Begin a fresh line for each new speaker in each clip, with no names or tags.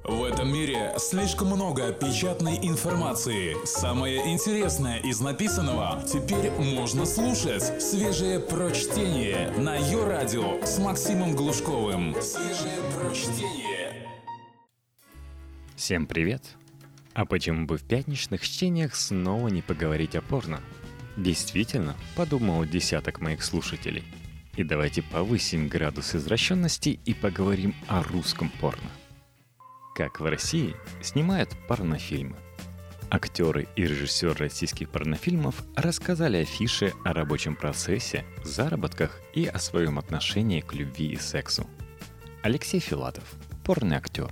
В этом мире слишком много печатной информации. Самое интересное из написанного теперь можно слушать. Свежее прочтение на Йо-Радио с Максимом Глушковым. Свежее прочтение.
Всем привет! А почему бы в пятничных чтениях снова не поговорить о порно? Действительно, подумал десяток моих слушателей. И давайте повысим градус извращенности и поговорим о русском порно. Как в России снимают порнофильмы. Актеры и режиссеры российских порнофильмов рассказали афише о рабочем процессе, заработках и о своем отношении к любви и сексу. Алексей Филатов, порноактер.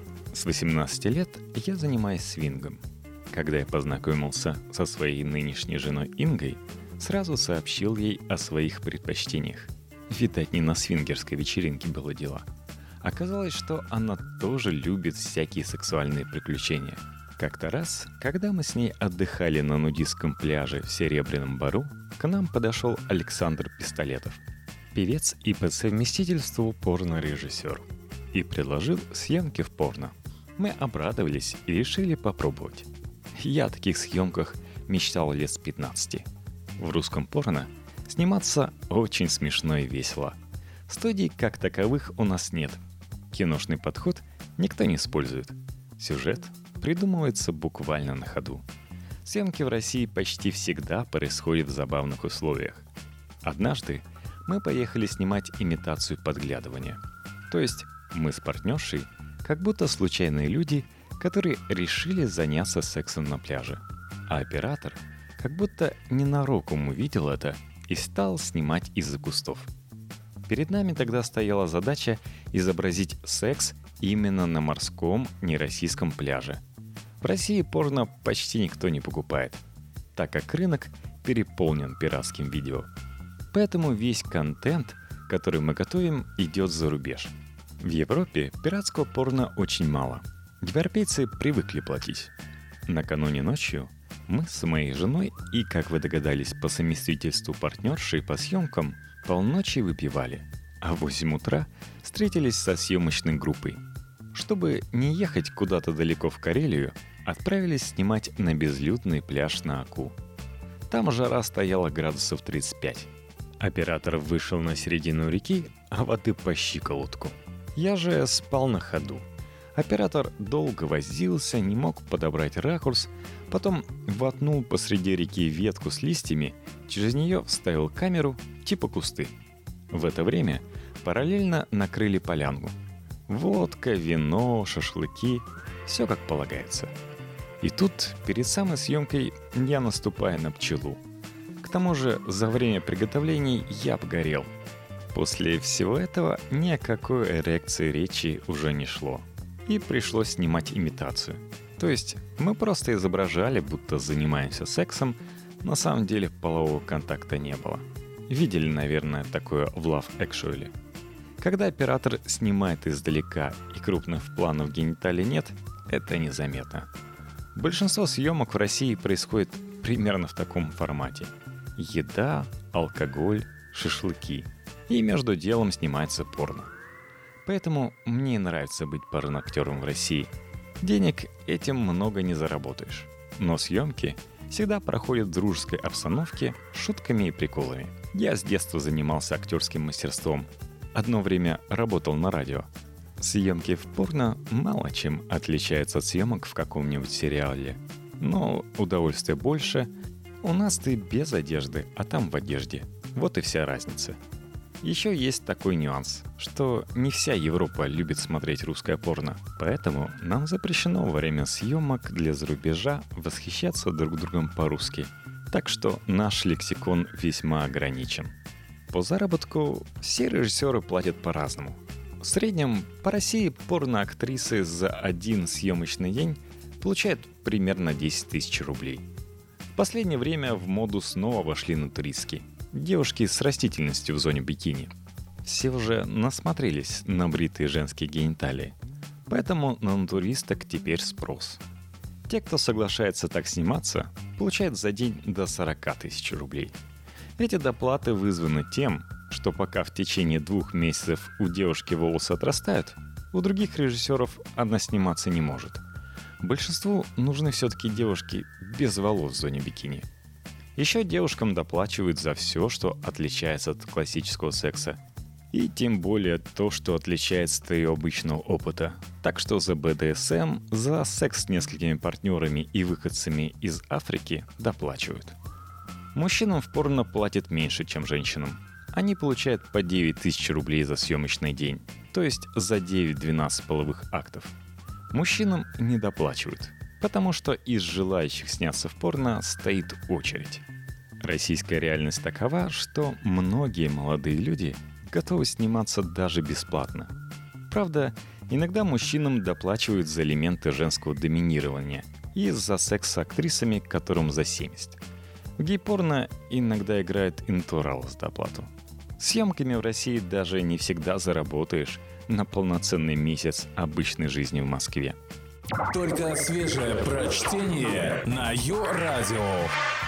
С 18 лет я занимаюсь свингом. Когда я познакомился со своей нынешней женой Ингой, сразу сообщил ей о своих предпочтениях. Видать, не на свингерской вечеринке было дело. Оказалось, что она тоже любит всякие сексуальные приключения. Как-то раз, когда мы с ней отдыхали на нудистском пляже в Серебряном Бару, к нам подошел Александр Пистолетов, певец и по совместительству порно-режиссер, и предложил съемки в порно. Мы обрадовались и решили попробовать. Я о таких съемках мечтал лет с 15. В русском порно сниматься очень смешно и весело. Студий как таковых у нас нет. Киношный подход никто не использует. Сюжет придумывается буквально на ходу. Съемки в России почти всегда происходят в забавных условиях. Однажды мы поехали снимать имитацию подглядывания. То есть мы с партнершей как будто случайные люди, которые решили заняться сексом на пляже. А оператор как будто ненароком увидел это и стал снимать из-за кустов. Перед нами тогда стояла задача изобразить секс именно на морском нероссийском пляже. В России порно почти никто не покупает, так как рынок переполнен пиратским видео. Поэтому весь контент, который мы готовим, идет за рубеж. В Европе пиратского порно очень мало. Европейцы привыкли платить. Накануне ночью мы с моей женой и, как вы догадались, по совместительству партнершей по съемкам, полночи выпивали, а в 8 утра встретились со съемочной группой. Чтобы не ехать куда-то далеко в Карелию, отправились снимать на безлюдный пляж на Аку. Там жара стояла градусов 35. Оператор вышел на середину реки, а воды по щиколотку. Я же спал на ходу. Оператор долго возился, не мог подобрать ракурс, потом воткнул посреди реки ветку с листьями, через нее вставил камеру, типа кусты. В это время параллельно накрыли полянку. Водка, вино, шашлыки – все как полагается. И тут, перед самой съемкой, я наступаю на пчелу. К тому же, за время приготовлений я погорел. После всего этого ни о какой эрекции речи уже не шло. И пришлось снимать имитацию. То есть мы просто изображали, будто занимаемся сексом, на самом деле полового контакта не было. Видели, наверное, такое в Love Actually. Когда оператор снимает издалека и крупных планов гениталий нет, это незаметно. Большинство съемок в России происходит примерно в таком формате. Еда, алкоголь, шашлыки. И между делом снимается порно. Поэтому мне нравится быть порноактером в России. Денег этим много не заработаешь. Но съемки всегда проходят в дружеской обстановке, шутками и приколами. Я с детства занимался актерским мастерством. Одно время работал на радио. Съемки в порно мало чем отличаются от съемок в каком-нибудь сериале. Но удовольствия больше. У нас ты без одежды, а там в одежде. Вот и вся разница. Еще есть такой нюанс, что не вся Европа любит смотреть русское порно, поэтому нам запрещено во время съемок для зарубежа восхищаться друг другом по-русски. Так что наш лексикон весьма ограничен. По заработку все режиссеры платят по-разному. В среднем по России порноактрисы за один съемочный день получают примерно 10 тысяч рублей. В последнее время в моду снова вошли натуристки. Девушки с растительностью в зоне бикини. Все уже насмотрелись на бритые женские гениталии. Поэтому на натуристок теперь спрос. Те, кто соглашается так сниматься, получают за день до 40 тысяч рублей. Эти доплаты вызваны тем, что пока в течение 2 месяцев у девушки волосы отрастают, У других режиссеров она сниматься не может. Большинству нужны все-таки девушки без волос в зоне бикини. Еще девушкам доплачивают за все, что отличается от классического секса. И тем более то, что отличается от ее обычного опыта. Так что за БДСМ, за секс с несколькими партнерами и выходцами из Африки доплачивают. Мужчинам в порно платят меньше, чем женщинам. Они получают по 9 тысяч рублей за съемочный день, то есть за 9-12 половых актов. Мужчинам не доплачивают, потому что из желающих сняться в порно стоит очередь. Российская реальность такова, что многие молодые люди готовы сниматься даже бесплатно. Правда, иногда мужчинам доплачивают за элементы женского доминирования и за секс с актрисами, которым за 70. В гей-порно иногда играет интурал за доплату. Съемками в России даже не всегда заработаешь на полноценный месяц обычной жизни в Москве.
Только свежее прочтение на Йо-Радио.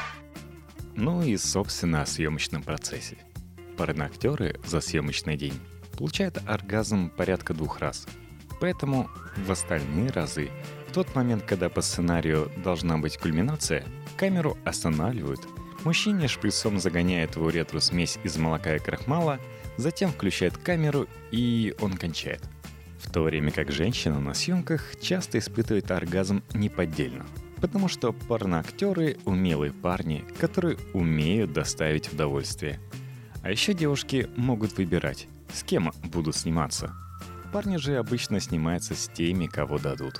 Ну и, собственно, о съемочном процессе. Порноактеры за съемочный день получают оргазм порядка 2 раз. Поэтому в остальные разы, в тот момент, когда по сценарию должна быть кульминация, камеру останавливают, мужчине шприцом загоняет в уретру смесь из молока и крахмала, затем включает камеру, и он кончает. В то время как женщина на съемках часто испытывает оргазм неподдельно, потому что порноактеры — умелые парни, которые умеют доставить удовольствие. А еще девушки могут выбирать, с кем будут сниматься. Парни же обычно снимаются с теми, кого дадут.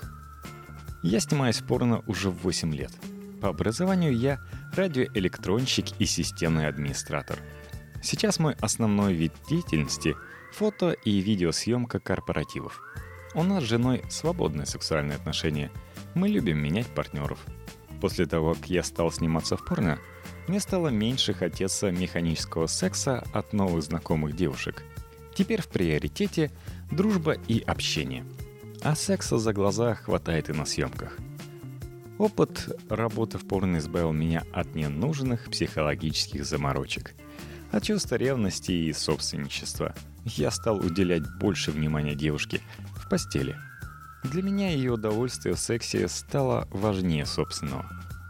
Я снимаюсь в порно уже 8 лет. По образованию я радиоэлектронщик и системный администратор. Сейчас мой основной вид деятельности — фото- и видеосъемка корпоративов. У нас с женой свободные сексуальные отношения. Мы любим менять партнеров. После того, как я стал сниматься в порно, мне стало меньше хотеться механического секса от новых знакомых девушек. Теперь в приоритете дружба и общение. А секса за глаза хватает и на съемках. Опыт работы в порно избавил меня от ненужных психологических заморочек. От чувства ревности и собственничества я стал уделять больше внимания девушке в постели. Для меня ее удовольствие в сексе стало важнее собственного.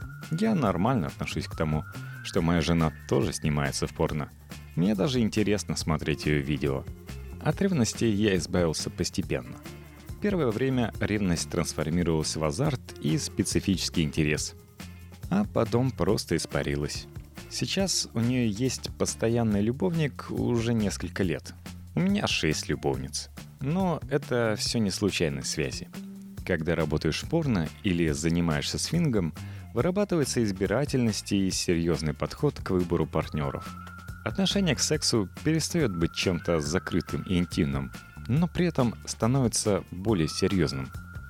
Я нормально отношусь к тому, что моя жена тоже снимается в порно. Мне даже интересно смотреть ее видео. От ревности я избавился постепенно. Первое время ревность трансформировалась в азарт и специфический интерес. А потом просто испарилась. Сейчас у нее есть постоянный любовник уже несколько лет. У меня 6 любовниц. Но это все не случайные связи. Когда работаешь в порно или занимаешься свингом, вырабатывается избирательность и серьезный подход к выбору партнеров. Отношение к сексу перестает быть чем-то закрытым и интимным, но при этом становится более серьезным.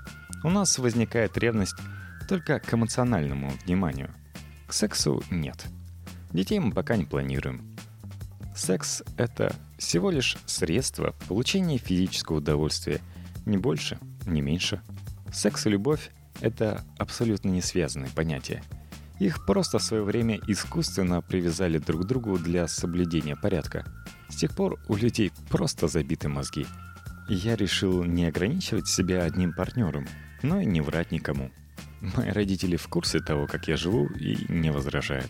У нас возникает ревность только к эмоциональному вниманию. К сексу нет. Детей мы пока не планируем. Секс — это всего лишь средство получения физического удовольствия. Ни больше, ни меньше. Секс и любовь — это абсолютно не связанные понятия. Их просто в свое время искусственно привязали друг к другу для соблюдения порядка. С тех пор у людей просто забиты мозги. Я решил не ограничивать себя одним партнером, но и не врать никому. Мои родители в курсе того, как я живу, и не возражают.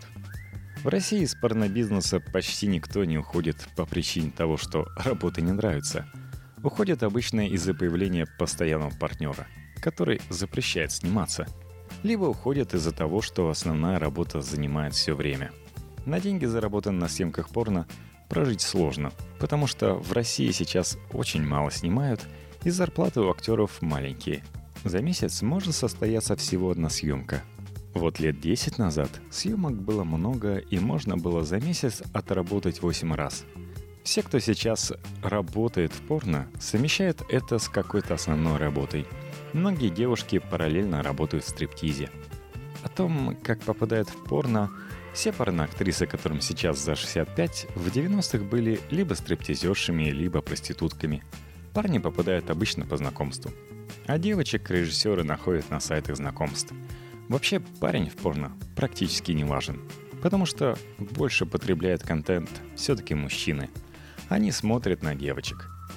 В России из порнобизнеса почти никто не уходит по причине того, что работа не нравится. Уходит обычно из-за появления постоянного партнера, который запрещает сниматься. Либо уходят из-за того, что основная работа занимает все время. На деньги, заработанные на съемках порно, прожить сложно, потому что в России сейчас очень мало снимают, и зарплаты у актеров маленькие. За месяц может состояться всего одна съемка. Вот лет 10 назад съемок было много, и можно было за месяц отработать 8 раз. Все, кто сейчас работает в порно, совмещают это с какой-то основной работой. Многие девушки параллельно работают в стриптизе. О том, как попадают в порно, все порноактрисы, которым сейчас за 65, в 90-х были либо стриптизершами, либо проститутками. Парни попадают обычно по знакомству. А девочек режиссеры находят на сайтах знакомств. Вообще парень в порно практически не важен, потому что больше потребляют контент все-таки мужчины. Они смотрят на девочек.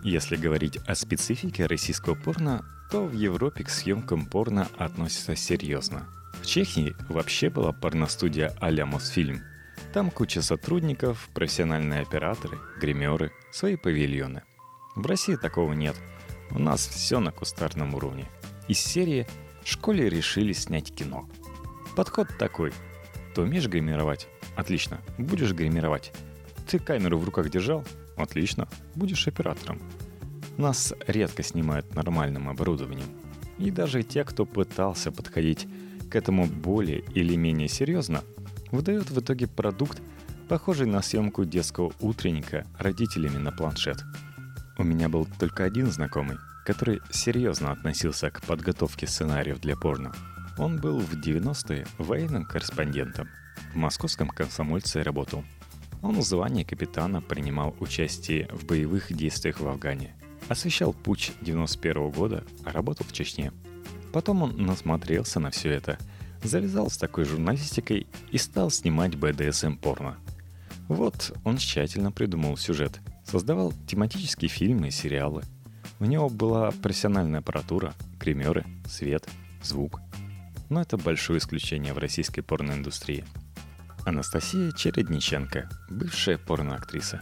Если говорить о специфике российского порно, то в Европе к съемкам порно относятся серьезно. В Чехии вообще была порностудия а-ля Мосфильм. Там куча сотрудников, профессиональные операторы, гримеры, свои павильоны. В России такого нет. У нас все на кустарном уровне. Из серии «В школе решили снять кино». Подход такой. Ты умеешь гримировать? Отлично, будешь гримировать. Ты камеру в руках держал? Отлично, будешь оператором. Нас редко снимают нормальным оборудованием. И даже те, кто пытался подходить к этому более или менее серьезно, выдают в итоге продукт, похожий на съемку детского утренника родителями на планшет. У меня был только один знакомый, который серьезно относился к подготовке сценариев для порно. Он был в 90-е военным корреспондентом. В московском «Комсомольце» работал. Он в звании капитана принимал участие в боевых действиях в Афгане. Освещал путч 91 года, а работал в Чечне. Потом он насмотрелся на все это, завязал с такой журналистикой и стал снимать БДСМ-порно. Вот он тщательно придумал сюжет, создавал тематические фильмы и сериалы. У него была профессиональная аппаратура, гримеры, свет, звук. Но это большое исключение в российской порноиндустрии. Анастасия Чередниченко, бывшая порноактриса.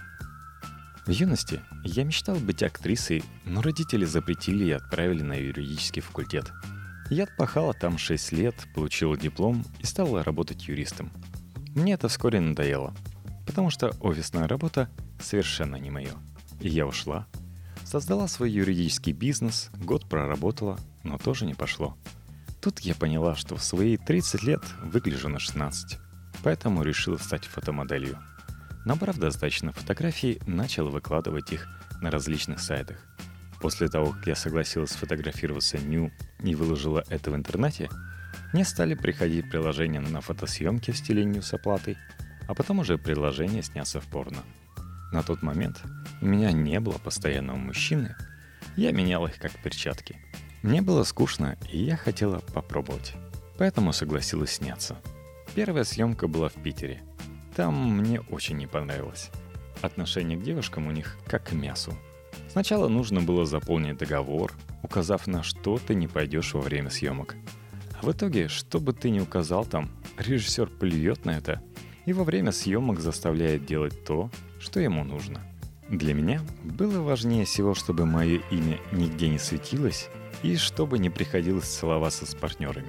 В юности я мечтал быть актрисой, но родители запретили и отправили на юридический факультет. Я отпахала там 6 лет, получила диплом и стала работать юристом. Мне это вскоре надоело, потому что офисная работа совершенно не мое. И я ушла, создала свой юридический бизнес, год проработала, но тоже не пошло. Тут я поняла, что в свои 30 лет выгляжу на 16, поэтому решила стать фотомоделью. Набрав достаточно фотографий, начала выкладывать их на различных сайтах. После того, как я согласилась сфотографироваться ню и выложила это в интернете, мне стали приходить приложения на фотосъемки в стиле ню с оплатой, а потом уже предложения сняться в порно. На тот момент у меня не было постоянного мужчины, я менял их как перчатки. Мне было скучно, и я хотела попробовать, поэтому согласилась сняться. Первая съемка была в Питере. Там мне очень не понравилось. Отношение к девушкам у них как к мясу. Сначала нужно было заполнить договор, указав, на что ты не пойдешь во время съемок. А в итоге, что бы ты ни указал там, режиссер плюет на это и во время съемок заставляет делать то, что ему нужно. Для меня было важнее всего, чтобы мое имя нигде не светилось и чтобы не приходилось целоваться с партнерами.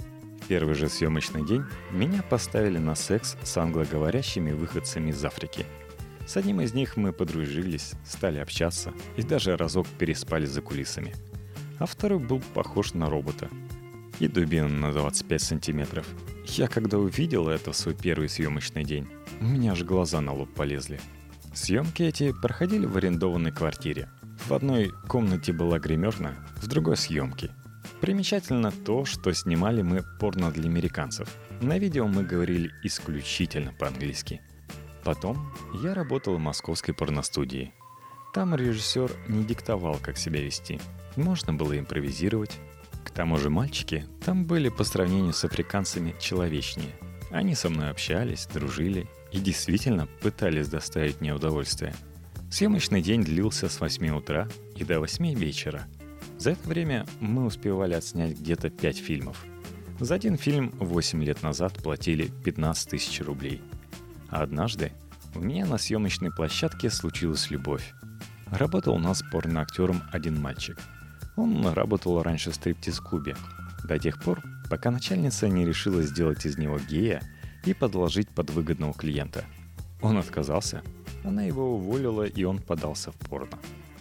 В первый же съемочный день меня поставили на секс с англоговорящими выходцами из Африки. С одним из них мы подружились, стали общаться и даже разок переспали за кулисами. А второй был похож на робота. И дубина на 25 сантиметров. Я когда увидел это в свой первый съемочный день, у меня аж глаза на лоб полезли. Съемки эти проходили в арендованной квартире. В одной комнате была гримерная, в другой съемки. Примечательно то, что снимали мы порно для американцев. На видео мы говорили исключительно по-английски. Потом я работал в московской порностудии. Там режиссер не диктовал, как себя вести. Можно было импровизировать. К тому же мальчики там были по сравнению с африканцами человечнее. Они со мной общались, дружили и действительно пытались доставить мне удовольствие. Съемочный день длился с 8 утра и до 8 вечера. За это время мы успевали отснять где-то 5 фильмов. За один фильм 8 лет назад платили 15 тысяч рублей. А однажды у меня на съемочной площадке случилась любовь. Работал у нас порноактером один мальчик. Он работал раньше в стриптиз-клубе. До тех пор, пока начальница не решила сделать из него гея и подложить под выгодного клиента. Он отказался, она его уволила, и он подался в порно.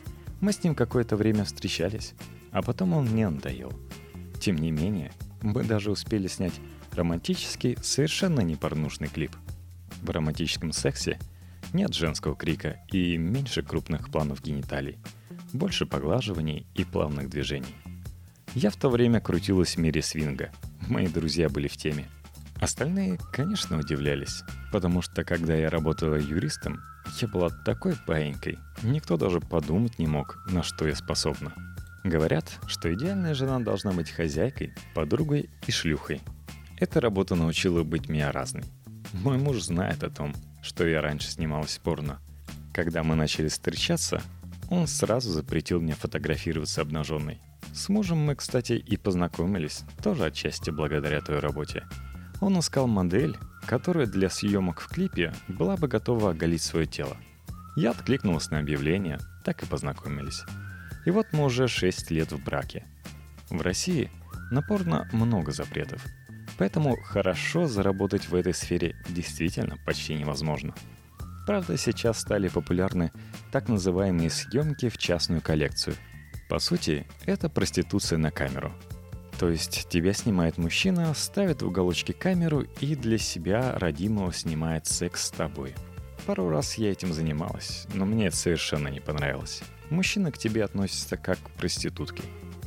Мы с ним какое-то время встречались, а потом он мне надоел. Тем не менее, мы даже успели снять романтический, совершенно не порнушный клип. В романтическом сексе нет женского крика и меньше крупных планов гениталий, больше поглаживаний и плавных движений. Я в то время крутилась в мире свинга, мои друзья были в теме. Остальные, конечно, удивлялись, потому что когда я работала юристом, я была такой паинькой, никто даже подумать не мог, на что я способна. Говорят, что идеальная жена должна быть хозяйкой, подругой и шлюхой. Эта работа научила быть меня разной. Мой муж знает о том, что я раньше снималась в порно. Когда мы начали встречаться, он сразу запретил мне фотографироваться обнаженной. С мужем мы, кстати, и познакомились, тоже отчасти благодаря той работе. Он искал модель, которая для съемок в клипе была бы готова оголить свое тело. Я откликнулась на объявление, так и познакомились. И вот мы уже 6 лет в браке. В России на порно много запретов, поэтому хорошо заработать в этой сфере действительно почти невозможно. Правда, сейчас стали популярны так называемые съемки в частную коллекцию. По сути, это проституция на камеру. То есть тебя снимает мужчина, ставит в уголочке камеру и для себя родимого снимает секс с тобой. Пару раз я этим занималась, но мне это совершенно не понравилось. Мужчина к тебе относится как к проститутке.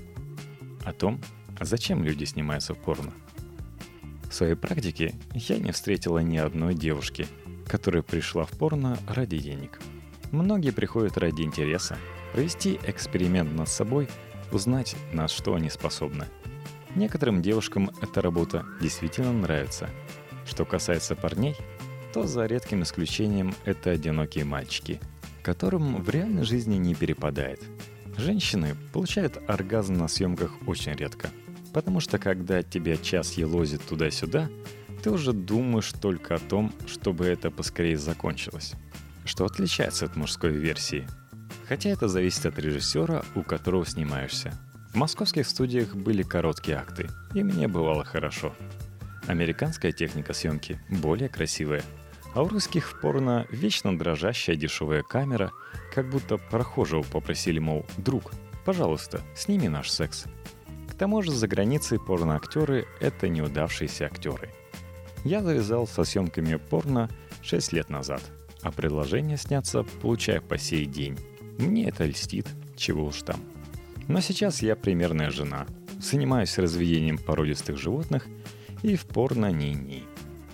О том, зачем люди снимаются в порно. В своей практике я не встретила ни одной девушки, которая пришла в порно ради денег. Многие приходят ради интереса, провести эксперимент над собой, узнать, на что они способны. Некоторым девушкам эта работа действительно нравится. Что касается парней, то за редким исключением это одинокие мальчики, которым в реальной жизни не перепадает. Женщины получают оргазм на съемках очень редко, потому что когда тебя час елозит туда-сюда, ты уже думаешь только о том, чтобы это поскорее закончилось. Что отличается от мужской версии. Хотя это зависит от режиссера, у которого снимаешься. В московских студиях были короткие акты, и мне бывало хорошо. Американская техника съемки более красивая, а у русских в порно вечно дрожащая дешевая камера, как будто прохожего попросили, мол, друг, пожалуйста, сними наш секс. К тому же за границей порноактеры — это неудавшиеся актеры. Я завязал со съемками порно 6 лет назад, а предложение сняться получаю по сей день. Мне это льстит, чего уж там. Но сейчас я примерная жена, занимаюсь разведением породистых животных и в порно ни-ни.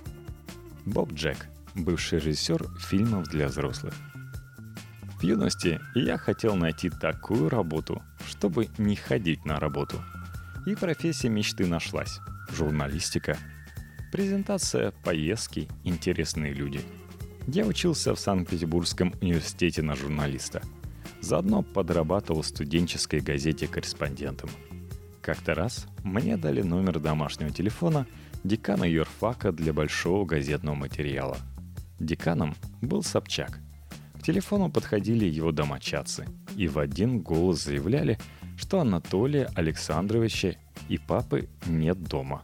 Боб Джек, бывший режиссер фильмов для взрослых. В юности я хотел найти такую работу, чтобы не ходить на работу. И профессия мечты нашлась – журналистика. Презентация, поездки, интересные люди. Я учился в Санкт-Петербургском университете на журналиста. Заодно подрабатывал в студенческой газете корреспондентом. Как-то раз мне дали номер домашнего телефона декана юрфака для большого газетного материала. Деканом был Собчак. К телефону подходили его домочадцы и в один голос заявляли, что Анатолия Александровича и папы нет дома.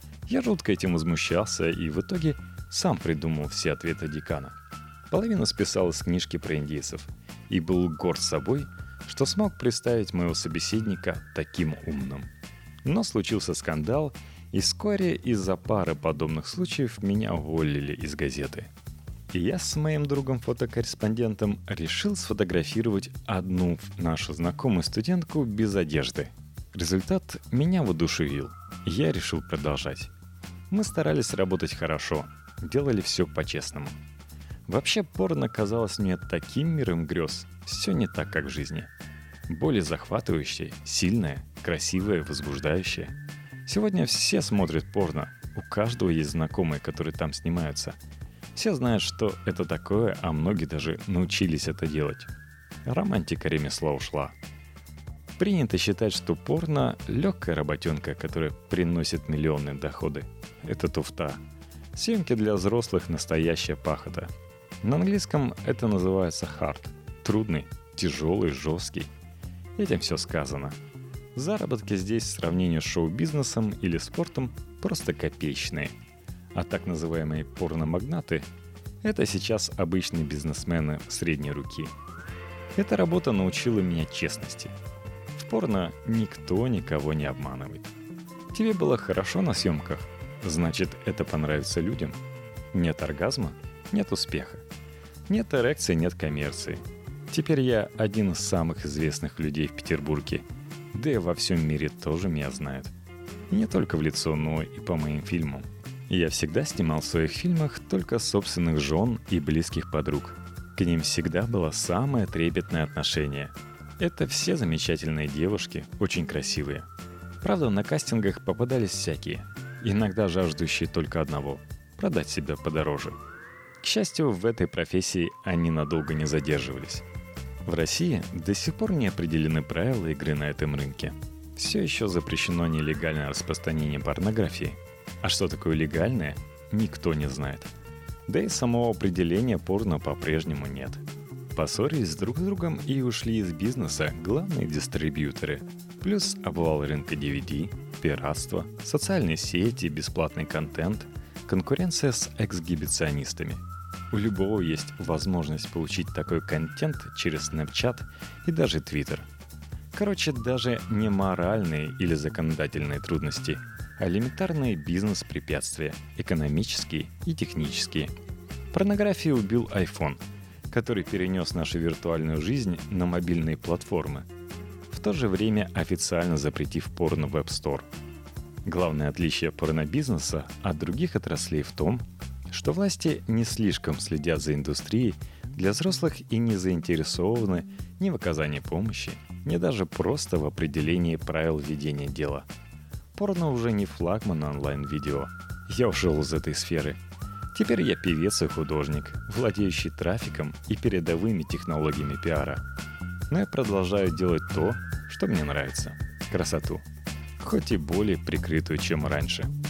Я жутко этим возмущался и в итоге сам придумал все ответы декана. Половину списал из книжки про индейцев и был горд собой, что смог представить моего собеседника таким умным. Но случился скандал, и вскоре из-за пары подобных случаев меня уволили из газеты. И я с моим другом-фотокорреспондентом решил сфотографировать одну нашу знакомую студентку без одежды. Результат меня воодушевил, и я решил продолжать. Мы старались работать хорошо, делали все по-честному. Вообще порно казалось мне таким миром грез, все не так, как в жизни. Более захватывающее, сильное, красивое, возбуждающее. Сегодня все смотрят порно, у каждого есть знакомые, которые там снимаются. Все знают, что это такое, а многие даже научились это делать. Романтика ремесла ушла. Принято считать, что порно – легкая работенка, которая приносит миллионные доходы. Это туфта. Съемки для взрослых – настоящая пахота. На английском это называется hard – трудный, тяжелый, жесткий. Этим все сказано. Заработки здесь в сравнении с шоу-бизнесом или спортом просто копеечные. А так называемые порномагнаты – это сейчас обычные бизнесмены средней руки. Эта работа научила меня честности. В порно никто никого не обманывает. Тебе было хорошо на съемках, значит, это понравится людям. Нет оргазма – нет успеха. Нет эрекции – нет коммерции. Теперь я один из самых известных людей в Петербурге, да и во всем мире тоже меня знают. И не только в лицо, но и по моим фильмам. Я всегда снимал в своих фильмах только собственных жен и близких подруг. К ним всегда было самое трепетное отношение. Это все замечательные девушки, очень красивые. Правда, на кастингах попадались всякие, иногда жаждущие только одного – продать себя подороже. К счастью, в этой профессии они надолго не задерживались. В России до сих пор не определены правила игры на этом рынке. Все еще запрещено нелегальное распространение порнографии. А что такое легальное, никто не знает. Да и самого определения порно по-прежнему нет. Поссорились друг с другом и ушли из бизнеса главные дистрибьюторы. Плюс обвал рынка DVD, пиратство, социальные сети, бесплатный контент, конкуренция с эксгибиционистами. У любого есть возможность получить такой контент через Snapchat и даже Twitter. Короче, даже не моральные или законодательные трудности, а элементарные бизнес-препятствия, экономические и технические. Порнография убил iPhone, который перенес нашу виртуальную жизнь на мобильные платформы, в то же время официально запретив порно в App Store. Главное отличие порнобизнеса от других отраслей в том, что власти не слишком следят за индустрией, для взрослых и не заинтересованы ни в оказании помощи, ни даже просто в определении правил ведения дела. Порно уже не флагман онлайн-видео. Я ушел из этой сферы. Теперь я певец и художник, владеющий трафиком и передовыми технологиями пиара. Но я продолжаю делать то, что мне нравится – красоту. Хоть и более прикрытую, чем раньше –